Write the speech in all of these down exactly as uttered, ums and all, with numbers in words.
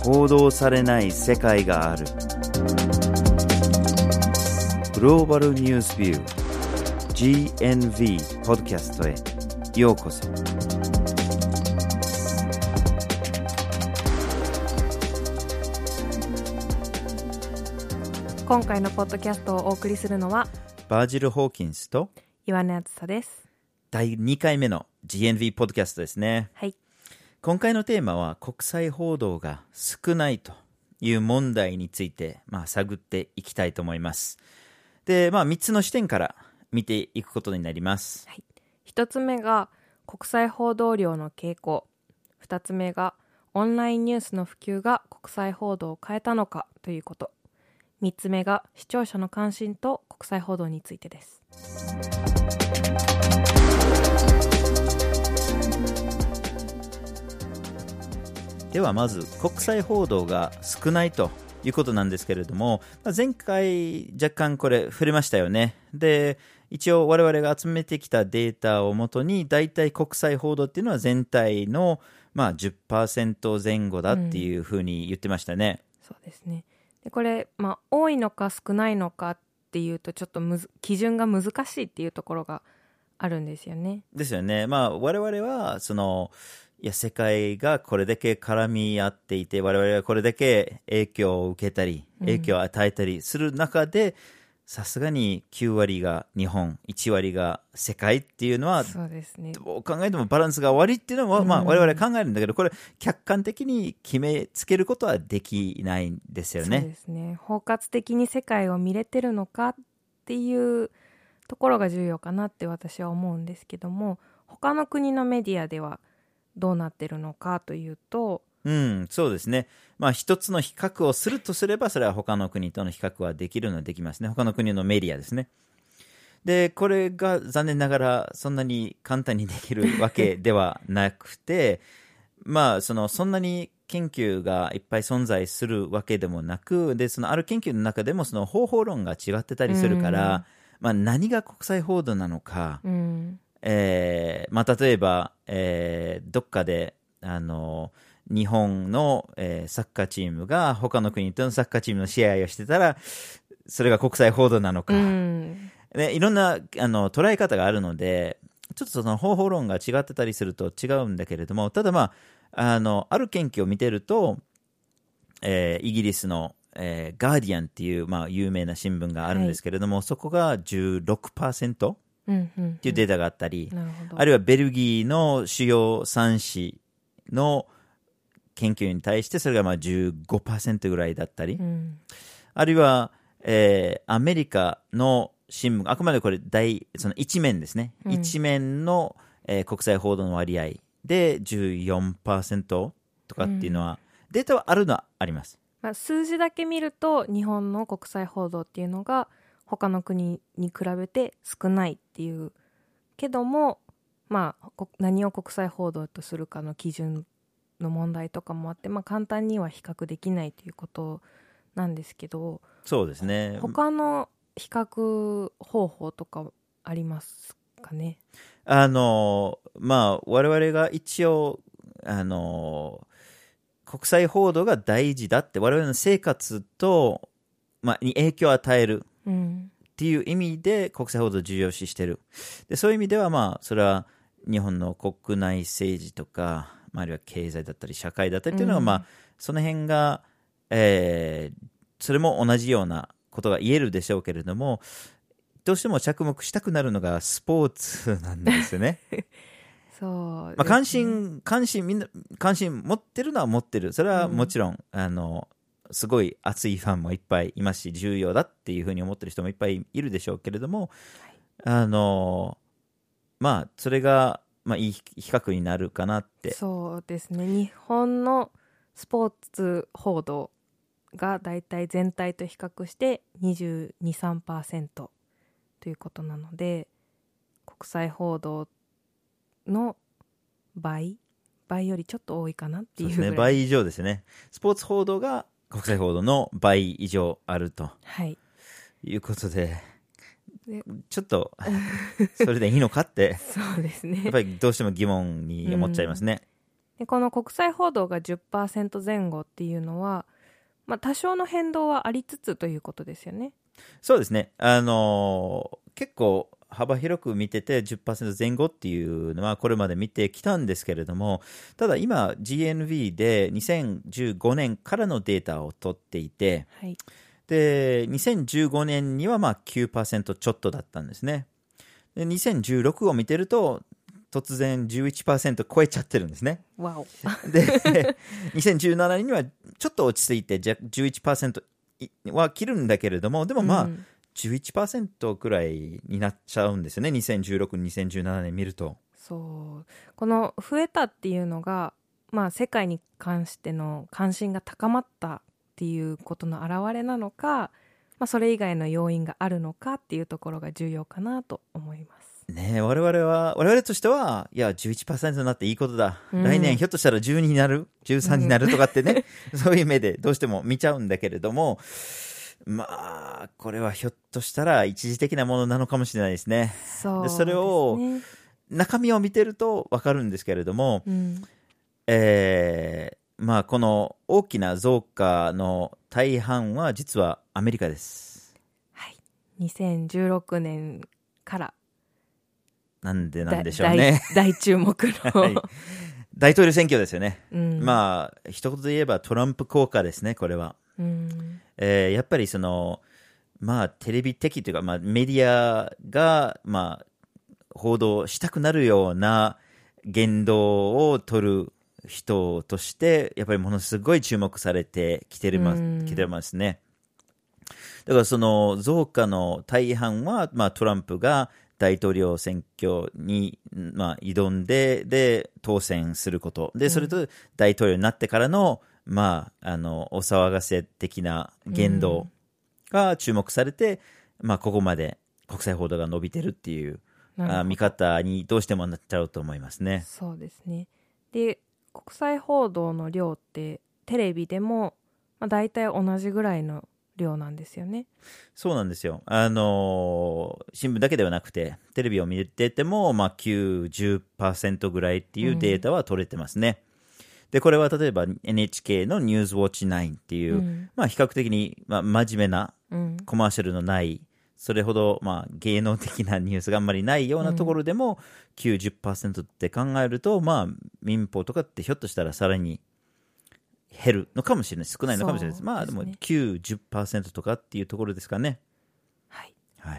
報道されない世界がある。グローバルニュースビュー ジーエヌブイ ポッドキャストへようこそ。 今回のポッドキャストをお送りするのはバージル・ホーキンスと岩根あずさです。 だいにかいめの ジーエヌブイ ポッドキャストですね。 はい。 今回のテーマは国際報道が少ないという問題について、まあ、探っていきたいと思います。で、まあ、みっつの視点から見ていくことになります。 はい、ひとつめが国際報道量の傾向、ふたつめがオンラインニュースの普及が国際報道を変えたのかということ、みっつめが視聴者の関心と国際報道についてです。 ではまず国際報道が少ないということなんですけれども、前回若干これ触れましたよね。で、一応我々が集めてきたデータをもとにだいたい国際報道っていうのは全体のまあ じゅっパーセント 前後だっていうふうに言ってましたね。 うん、そうですね。でこれ、まあ、多いのか少ないのかっていうとちょっとむず基準が難しいっていうところがあるんですよね。 ですよね。まあ我々はそのいや世界がこれだけ絡み合っていて、我々はこれだけ影響を受けたり影響を与えたりする中で、さすがにきゅうわりが日本、いちわりが世界っていうのは、 そうですね、 どう考えてもバランスが悪いっていうのは、うん、まあ、我々考えるんだけど、これ客観的に決めつけることはできないんですよね。 そうですね。包括的に世界を見れてるのかっていうところが重要かなって私は思うんですけども、他の国のメディアではどうなってるのかというと、 うん、そうですね。まあ一つの比較をするとすれば、それは他の国との比較はできるのはできますね。他の国のメディアですね。で、これが残念ながらそんなに簡単にできるわけではなくて、まあそのそんなに研究がいっぱい存在するわけでもなく、でそのある研究の中でもその方法論が違ってたりするから、まあ何が国際報道なのか。 うんえーまあ、例えば、えー、どっかであの日本の、えー、サッカーチームが他の国とのサッカーチームの試合をしてたら、それが国際報道なのか、 うんでいろんなあの捉え方があるので、ちょっとその方法論が違ってたりすると違うんだけれども、ただまああのある研究を見てると、えー、イギリスのえー、ガーディアンっていう、まあ、有名な新聞があるんですけれども、はい、そこが じゅうろくパーセントっていうデータがあったり、 うんうんうん、 あるいはベルギーの主要さん紙の研究に対してそれがまあ じゅうごパーセント ぐらいだったり、うん、あるいは、えー、アメリカの新聞、あくまでこれ大その一面ですね、うん、一面の、えー、国際報道の割合で じゅうよんパーセント とかっていうのは、うん、データはあるのはあります。 まあ、数字だけ見ると日本の国際報道っていうのが他の国に比べて少ないっていうけども、まあ、何を国際報道とするかの基準の問題とかもあって、まあ、簡単には比較できないということなんですけど、 そうですね。 他の比較方法とかありますかね。 あのまあ我々が一応あの国際報道が大事だって、我々の生活と、まあ、に影響を与えるっていう意味で国際報道を重要視してる。でそういう意味では、まあ、それは日本の国内政治とか、まあ、あるいは経済だったり社会だったりっていうのは、うん、まあ、その辺が、えー、それも同じようなことが言えるでしょうけれども、どうしても着目したくなるのがスポーツなんですよね。 そうですね。 まあ、関心関心みんな関心持ってるのは持ってる。それはもちろん、うん、あのすごい熱いファンもいっぱいいますし、重要だっていうふうに思ってる人もいっぱいいるでしょうけれども、はい、あのまあそれが、まあ、いい比較になるかなって。 そうですね。日本のスポーツ報道がだいたい全体と比較してにじゅうに、さんパーセントということなので、国際報道の倍倍よりちょっと多いかなっていうぐらい。 そうですね、倍以上ですね。スポーツ報道が国際報道の倍以上あると、はい、いうことで、ちょっとそれでいいのかってそうですね、 やっぱりどうしても疑問に思っちゃいますね。 でこの国際報道が じゅっパーセント 前後っていうのは、まあ、多少の変動はありつつということですよね。 そうですね。あのー結構幅広く見てて じゅっパーセント 前後っていうのはこれまで見てきたんですけれども、ただ今 ジーエヌビー でにせんじゅうごねんからのデータを取っていて、 はい、 でにせんじゅうごねんにはまあ きゅうパーセント ちょっとだったんですね。でにせんじゅうろくを見てると突然 じゅういちパーセント 超えちゃってるんですね。 わおでにせんじゅうななねんにはちょっと落ち着いてじゃ じゅういちパーセント は切るんだけれども、でもまあ、うんじゅういちパーセント くらいになっちゃうんですよね。にせんじゅうろく、にせんじゅうななねん見ると。 そうこの増えたっていうのが、まあ、世界に関しての関心が高まったっていうことの表れなのか、まあ、それ以外の要因があるのかっていうところが重要かなと思います。 ねえ、我々は我々としてはいや じゅういちパーセント になっていいことだ、うん、来年ひょっとしたらじゅうにになるじゅうさんになるとかってね、うん、そういう目でどうしても見ちゃうんだけれども、まあこれはひょっとしたら一時的なものなのかもしれないですね。 そうですね。 でそれを中身を見てると分かるんですけれども、うんえーまあ、この大きな増加の大半は実はアメリカです。 はい、にせんじゅうろくねんからなんでなんでしょうね。 大, 大注目の、はい、 大統領選挙ですよね、 うん、 まあ一言で言えばトランプ効果ですね、これは、うんえー、やっぱりそのまあテレビ的というか、まあ、メディアがまあ報道したくなるような言動を取る人としてやっぱりものすごい注目されてきてるます、うん、きてますね。だからその増加の大半は、まあ、トランプが大統領選挙に、まあ、挑んでで当選することで、それと大統領になってからの、まあ、あのお騒がせ的な言動が注目されて、うんまあ、ここまで国際報道が伸びてるっていうあ見方にどうしてもなっちゃうと思いますね。 そうですね。で国際報道の量ってテレビでも、まあ、大体同じぐらいの量なんですよね。 そうなんですよ。あのー、新聞だけではなくてテレビを見てても、まあ、きゅう、じゅっパーセント ぐらいっていうデータは取れてますね、うん、でこれは例えば エヌエイチケー のニュースウォッチナインっていう、うんまあ、比較的に、まあ、真面目なコマーシャルのない、うんそれほど、まあ、芸能的なニュースがあんまりないようなところでも、うん、きゅうじゅっパーセント って考えると、まあ、民放とかってひょっとしたらさらに減るのかもしれない、少ないのかもしれないです。ですね、まあでもきゅう、じゅっパーセント とかっていうところですかね。 はい。 はい。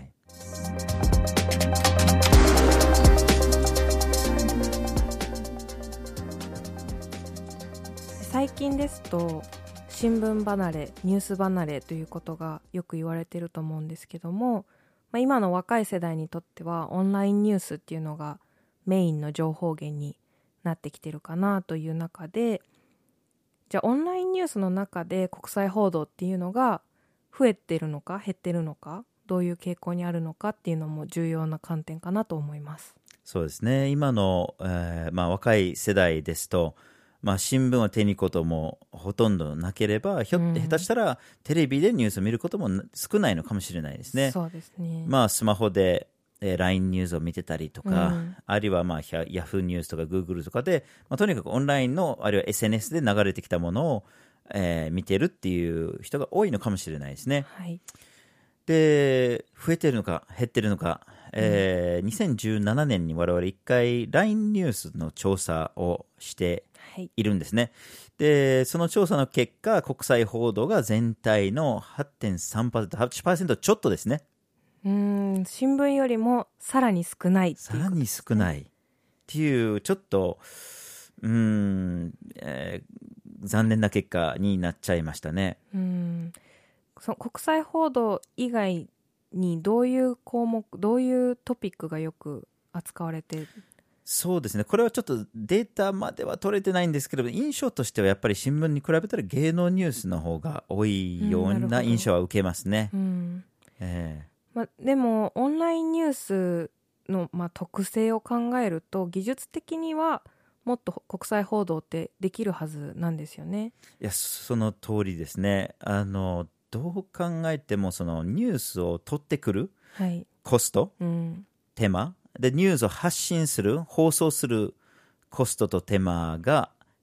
最近ですと新聞離れ、ニュース離れということがよく言われていると思うんですけども、まあ、今の若い世代にとってはオンラインニュースっていうのがメインの情報源になってきてるかなという中で、じゃあオンラインニュースの中で国際報道っていうのが増えてるのか減ってるのか、どういう傾向にあるのかっていうのも重要な観点かなと思います。 そうですね。今の、えーまあ、若い世代ですと、まあ、新聞を手に行くこともほとんどなければ、ひょっと下手したらテレビでニュースを見ることも少ないのかもしれないですね。 そうですね。 まあ、スマホで、えー、ライン ニュースを見てたりとか、うん、あるいは、まあ、ヤフーニュースとか Google とかで、まあ、とにかくオンラインのあるいは エスエヌエス で流れてきたものを、えー、見てるっていう人が多いのかもしれないですね。 はい、 で、増えてるのか減ってるのか、えーうん、にせんじゅうななねんに我々いっかい ライン ニュースの調査をしているんですね、はい、でその調査の結果、国際報道が全体の はちてんさんパーセント、はちパーセント ちょっとですね。 うーん、新聞よりもさらに少ないっていうことですね。 さらに少ないっていうちょっとうーん、えー、残念な結果になっちゃいましたね。 うーん、その国際報道以外にどういう項目、どういうトピックがよく扱われて。 そうですね、これはちょっとデータまでは取れてないんですけど、印象としてはやっぱり新聞に比べたら芸能ニュースの方が多いような印象は受けますね。 うん、 えーまあ、でもオンラインニュースの、まあ、特性を考えると技術的にはもっと国際報道ってできるはずなんですよね。 いや、その通りですね。あのどう考えてもそのニュースを取ってくるコスト、はいうん、手間でニュースを発信する放送するコストと手間が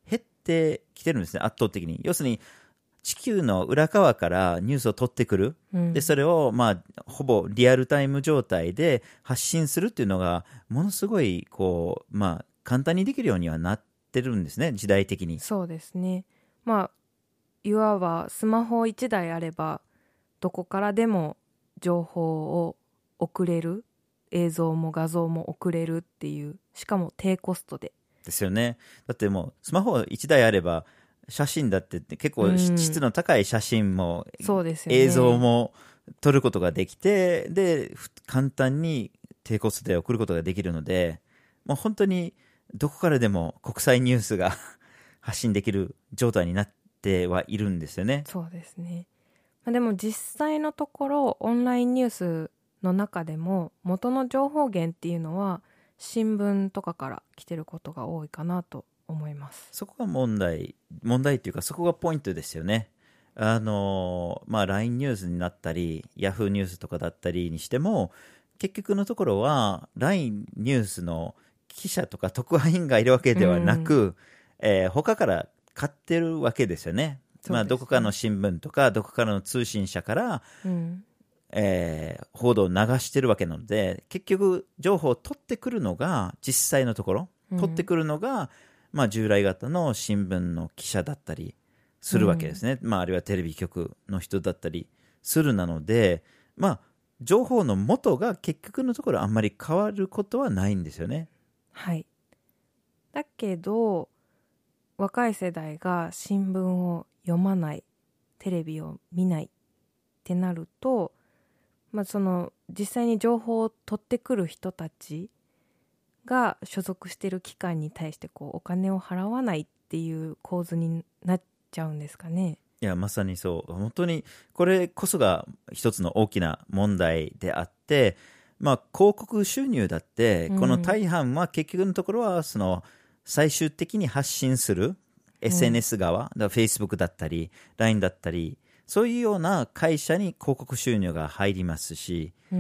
ってきてるんですね、圧倒的に。要するに地球の裏側からニュースを取ってくる、うん、でそれを、まあ、ほぼリアルタイム状態で発信するっていうのがものすごいこう、まあ、簡単にできるようにはなってるんですね、時代的に。 そうですね。まあいわばスマホいちだいあればどこからでも情報を送れる、映像も画像も送れるっていう、しかも低コストでですよね。だってもうスマホいちだいあれば写真だって結構質の高い写真も、 そうですよね、 映像も撮ることができて、で簡単に低コストで送ることができるので、もう本当にどこからでも国際ニュースが発信できる状態になってはいるんですよね。 そうですね。でも実際のところオンラインニュースの中でも元の情報源っていうのは新聞とかから来てることが多いかなと思います。 そこが問題問題っていうか、そこがポイントですよね。あのまあ ライン ニュースになったり Yahoo ニュースとかだったりにしても、結局のところは ライン ニュースの記者とか特派員がいるわけではなく、うん、えー、他から買ってるわけですよね。まあ、どこかの新聞とかどこかの通信社から、うんえー、報道を流してるわけなので、結局情報を取ってくるのが実際のところ、うん、取ってくるのが、まあ、従来型の新聞の記者だったりするわけですね、うんまあ、あるいはテレビ局の人だったりするなので、まあ、情報の元が結局のところあんまり変わることはないんですよね。 はい。だけど若い世代が新聞を読まない、テレビを見ないってなると、まあ、その実際に情報を取ってくる人たちが所属している機関に対してこうお金を払わないっていう構図になっちゃうんですかね。 いやまさにそう、本当にこれこそが一つの大きな問題であって、まあ、広告収入だってこの大半は結局のところはその最終的に発信する エスエヌエス 側、だから Facebook だったり ライン だったり、そういうような会社に広告収入が入りますし、うん、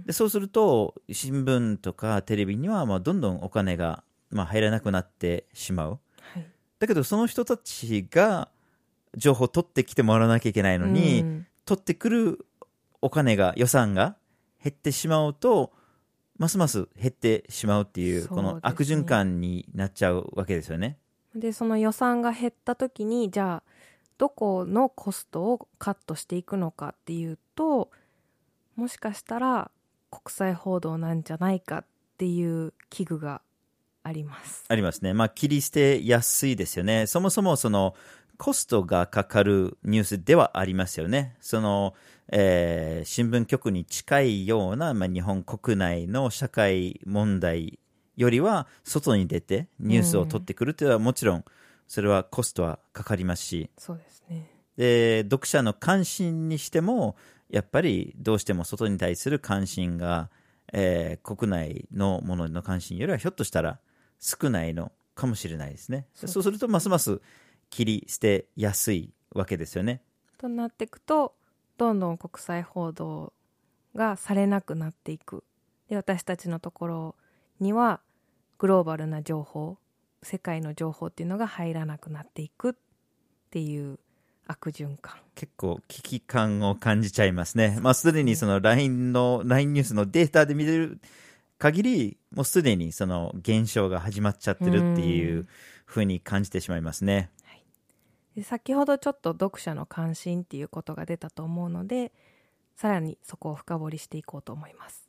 でそうすると新聞とかテレビにはまあどんどんお金がまあ入らなくなってしまう、はい、だけどその人たちが情報を取ってきてもらわなきゃいけないのに、うん、取ってくるお金が予算が減ってしまうとますます減ってしまうっていう、この悪循環になっちゃうわけですよね。 でその予算が減った時にじゃあどこのコストをカットしていくのかっていうと、もしかしたら国際報道なんじゃないかっていう危惧がありますありますね。まあ切り捨てやすいですよね。そもそもそのコストがかかるニュースではありますよね。その、えー、新聞局に近いような、まあ、日本国内の社会問題よりは外に出てニュースを取ってくるというのはもちろんそれはコストはかかりますし、 そうですね。 で読者の関心にしてもやっぱりどうしても外に対する関心が、えー、国内のものの関心よりはひょっとしたら少ないのかもしれないですね。そう、そうするとますます切り捨てやすいわけですよね。 となっていくとどんどん国際報道がされなくなっていく。で私たちのところにはグローバルな情報、世界の情報っていうのが入らなくなっていくっていう悪循環。 結構危機感を感じちゃいますね。まあ、すでにその ライン の ライン ニュースのデータで見れる限りもうすでにその減少が始まっちゃってるっていう風に感じてしまいますね。 はい、で先ほどちょっと読者の関心っていうことが出たと思うので、さらにそこを深掘りしていこうと思います。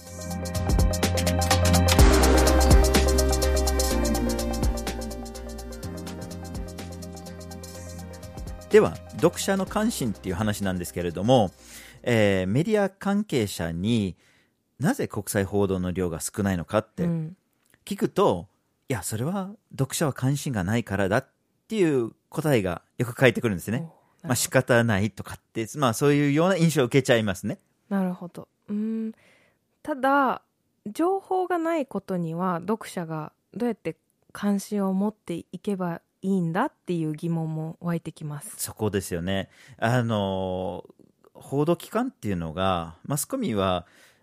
では読者の関心っていう話なんですけれども、えー、メディア関係者になぜ国際報道の量が少ないのかって聞くと、うん、いやそれは読者は関心がないからだっていう答えがよく返ってくるんですね。まあ、仕方ないとかって、まあ、そういうような印象を受けちゃいますね。 なるほど。うーんただ情報がないことには読者がどうやって関心を持っていけばいいんだっていう疑問も湧いてきます。 そこですよね。あの報道機関っていうのがマスコミは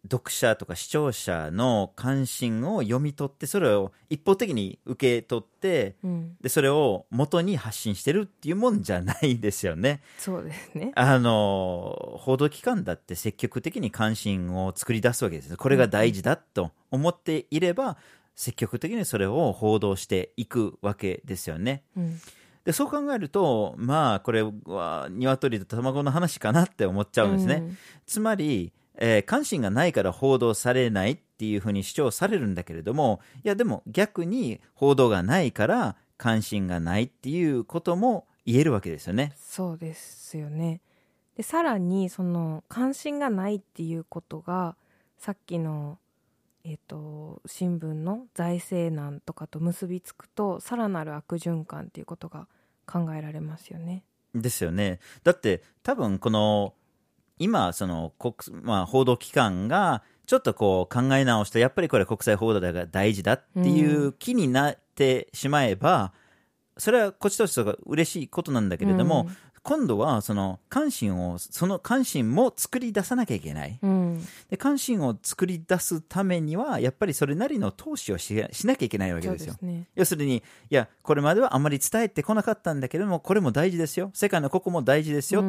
読者とか視聴者の関心を読み取ってそれを一方的に受け取って、 うん、 でそれを元に発信してるっていうもんじゃないですよね。 そうですね。 あの報道機関だって積極的に関心を作り出すわけです。これが大事だと思っていれば、うん、積極的にそれを報道していくわけですよね。 うん、 でそう考えると、まあこれは鶏と卵の話かなって思っちゃうんですね。うん、つまりえー、関心がないから報道されないっていうふうに主張されるんだけれども、いやでも逆に報道がないから関心がないっていうことも言えるわけですよね。 そうですよね。でさらにその関心がないっていうことがさっきの、えーと、新聞の財政難とかと結びつくとさらなる悪循環っていうことが考えられますよね。 ですよね。だって多分この今その国、まあ、報道機関がちょっとこう考え直してやっぱりこれ国際報道が大事だっていう気になってしまえば、うん、それはこっちとしては嬉しいことなんだけれども、うん、今度はその関心をその関心も作り出さなきゃいけない、うん、で関心を作り出すためにはやっぱりそれなりの投資を し, しなきゃいけないわけですよ。 そうですね。 要するにいやこれまではあんまり伝えてこなかったんだけれどもこれも大事ですよ、世界のここも大事ですよ、うん、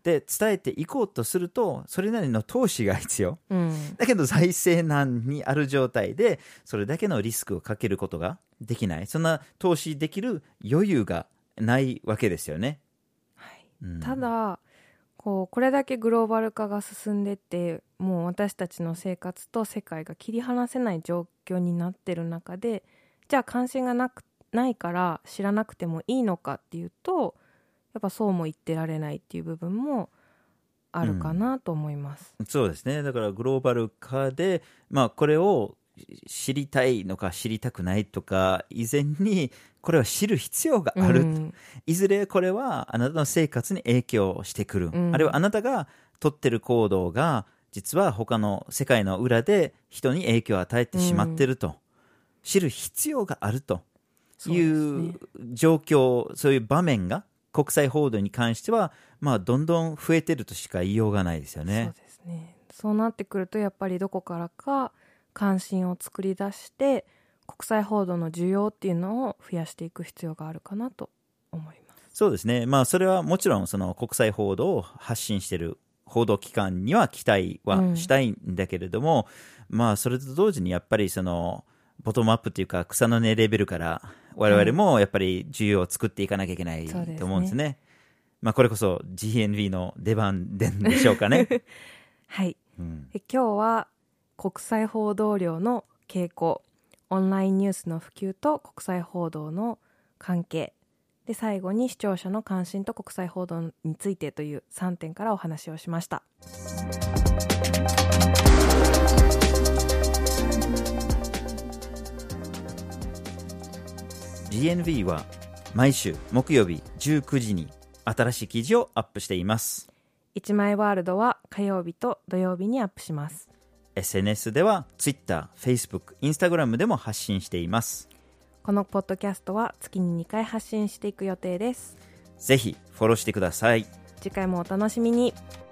で伝えていこうとするとそれなりの投資が必要、うん、だけど財政難にある状態でそれだけのリスクをかけることができない、そんな投資できる余裕がないわけですよね。 うん、ただこうこれだけグローバル化が進んでてもう私たちの生活と世界が切り離せない状況になってる中でじゃあ関心がなくないから知らなくてもいいのかっていうとやっぱそうも言ってられないっていう部分もあるかなと思います、 うん、そうですね。だからグローバル化で、まあ、これを知りたいのか知りたくないとか以前にこれは知る必要がある、うん、いずれこれはあなたの生活に影響してくる、うん、あるいはあなたが取ってる行動が実は他の世界の裏で人に影響を与えてしまっていると、うん、知る必要があるという状況、そう、ね、そういう場面が国際報道に関しては、まあ、どんどん増えてるとしか言いようがないですよね。 そうですね。そうなってくるとやっぱりどこからか関心を作り出して国際報道の需要っていうのを増やしていく必要があるかなと思います。 そうですね。まあそれはもちろんその国際報道を発信している報道機関には期待はしたいんだけれども、うん、まあそれと同時にやっぱりそのボトムアップっていうか草の根レベルから我々もやっぱり需要を作っていかなきゃいけないと思うんですね。うん、ですね。まあこれこそ ジーエヌビー の出番でんでしょうかね。 はい、うん、え今日は国際報道量の傾向、オンラインニュースの普及と国際報道の関係で最後に視聴者の関心と国際報道についてというさんてんからお話をしました。 ジーエヌビー は毎週木曜日じゅうくじに新しい記事をアップしています。 一枚ワールドは火曜日と土曜日にアップします。 エスエヌエス では Twitter、Facebook、Instagram でも発信しています。 このポッドキャストは月ににかい発信していく予定です。 ぜひフォローしてください。 次回もお楽しみに。